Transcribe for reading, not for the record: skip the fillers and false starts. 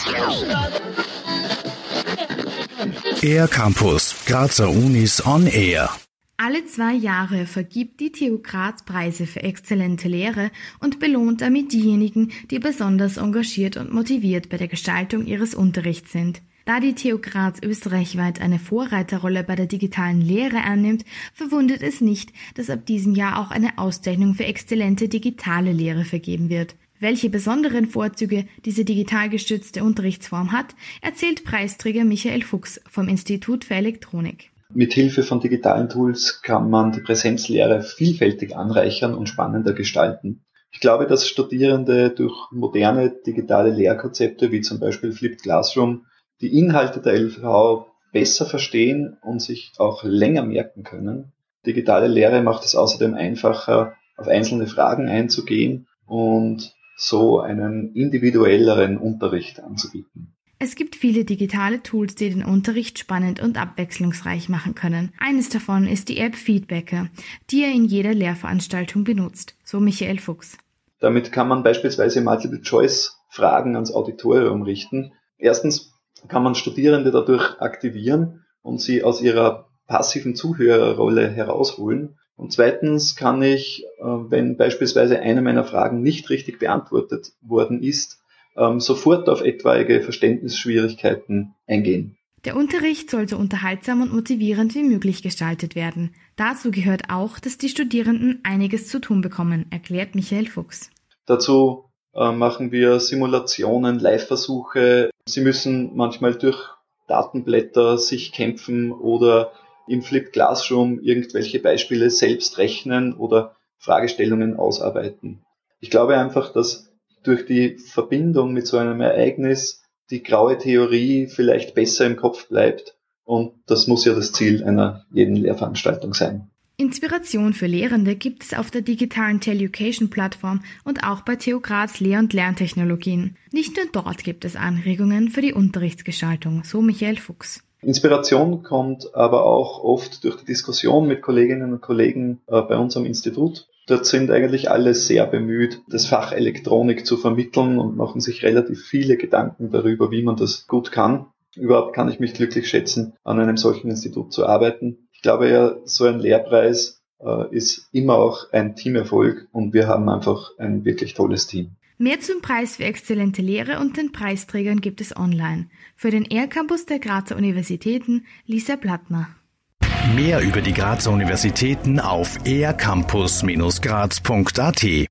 Air Campus, Grazer Unis on Air. Alle 2 Jahre vergibt die TU Graz Preise für exzellente Lehre und belohnt damit diejenigen, die besonders engagiert und motiviert bei der Gestaltung ihres Unterrichts sind. Da die TU Graz österreichweit eine Vorreiterrolle bei der digitalen Lehre annimmt, verwundert es nicht, dass ab diesem Jahr auch eine Auszeichnung für exzellente digitale Lehre vergeben wird. Welche besonderen Vorzüge diese digital gestützte Unterrichtsform hat, erzählt Preisträger Michael Fuchs vom Institut für Elektronik. Mit Hilfe von digitalen Tools kann man die Präsenzlehre vielfältig anreichern und spannender gestalten. Ich glaube, dass Studierende durch moderne digitale Lehrkonzepte wie zum Beispiel Flipped Classroom die Inhalte der LV besser verstehen und sich auch länger merken können. Digitale Lehre macht es außerdem einfacher, auf einzelne Fragen einzugehen und so einen individuelleren Unterricht anzubieten. Es gibt viele digitale Tools, die den Unterricht spannend und abwechslungsreich machen können. Eines davon ist die App Feedbacker, die ihr in jeder Lehrveranstaltung benutzt, so Michael Fuchs. Damit kann man beispielsweise Multiple-Choice-Fragen ans Auditorium richten. Erstens kann man Studierende dadurch aktivieren und sie aus ihrer passiven Zuhörerrolle herausholen. Und zweitens kann ich, wenn beispielsweise eine meiner Fragen nicht richtig beantwortet worden ist, sofort auf etwaige Verständnisschwierigkeiten eingehen. Der Unterricht soll so unterhaltsam und motivierend wie möglich gestaltet werden. Dazu gehört auch, dass die Studierenden einiges zu tun bekommen, erklärt Michael Fuchs. Dazu machen wir Simulationen, Live-Versuche. Sie müssen manchmal durch Datenblätter sich kämpfen oder im Flipped Classroom irgendwelche Beispiele selbst rechnen oder Fragestellungen ausarbeiten. Ich glaube einfach, dass durch die Verbindung mit so einem Ereignis die graue Theorie vielleicht besser im Kopf bleibt. Und das muss ja das Ziel einer jeden Lehrveranstaltung sein. Inspiration für Lehrende gibt es auf der digitalen Telucation-Plattform und auch bei TU Graz Lehr- und Lerntechnologien. Nicht nur dort gibt es Anregungen für die Unterrichtsgestaltung, so Michael Fuchs. Inspiration kommt aber auch oft durch die Diskussion mit Kolleginnen und Kollegen bei unserem Institut. Dort sind eigentlich alle sehr bemüht, das Fach Elektronik zu vermitteln und machen sich relativ viele Gedanken darüber, wie man das gut kann. Überhaupt kann ich mich glücklich schätzen, an einem solchen Institut zu arbeiten. Ich glaube ja, so ein Lehrpreis ist immer auch ein Teamerfolg und wir haben einfach ein wirklich tolles Team. Mehr zum Preis für exzellente Lehre und den Preisträgern gibt es online. Für den Air Campus der Grazer Universitäten, Lisa Plattner. Mehr über die Grazer Universitäten auf aircampus-graz.at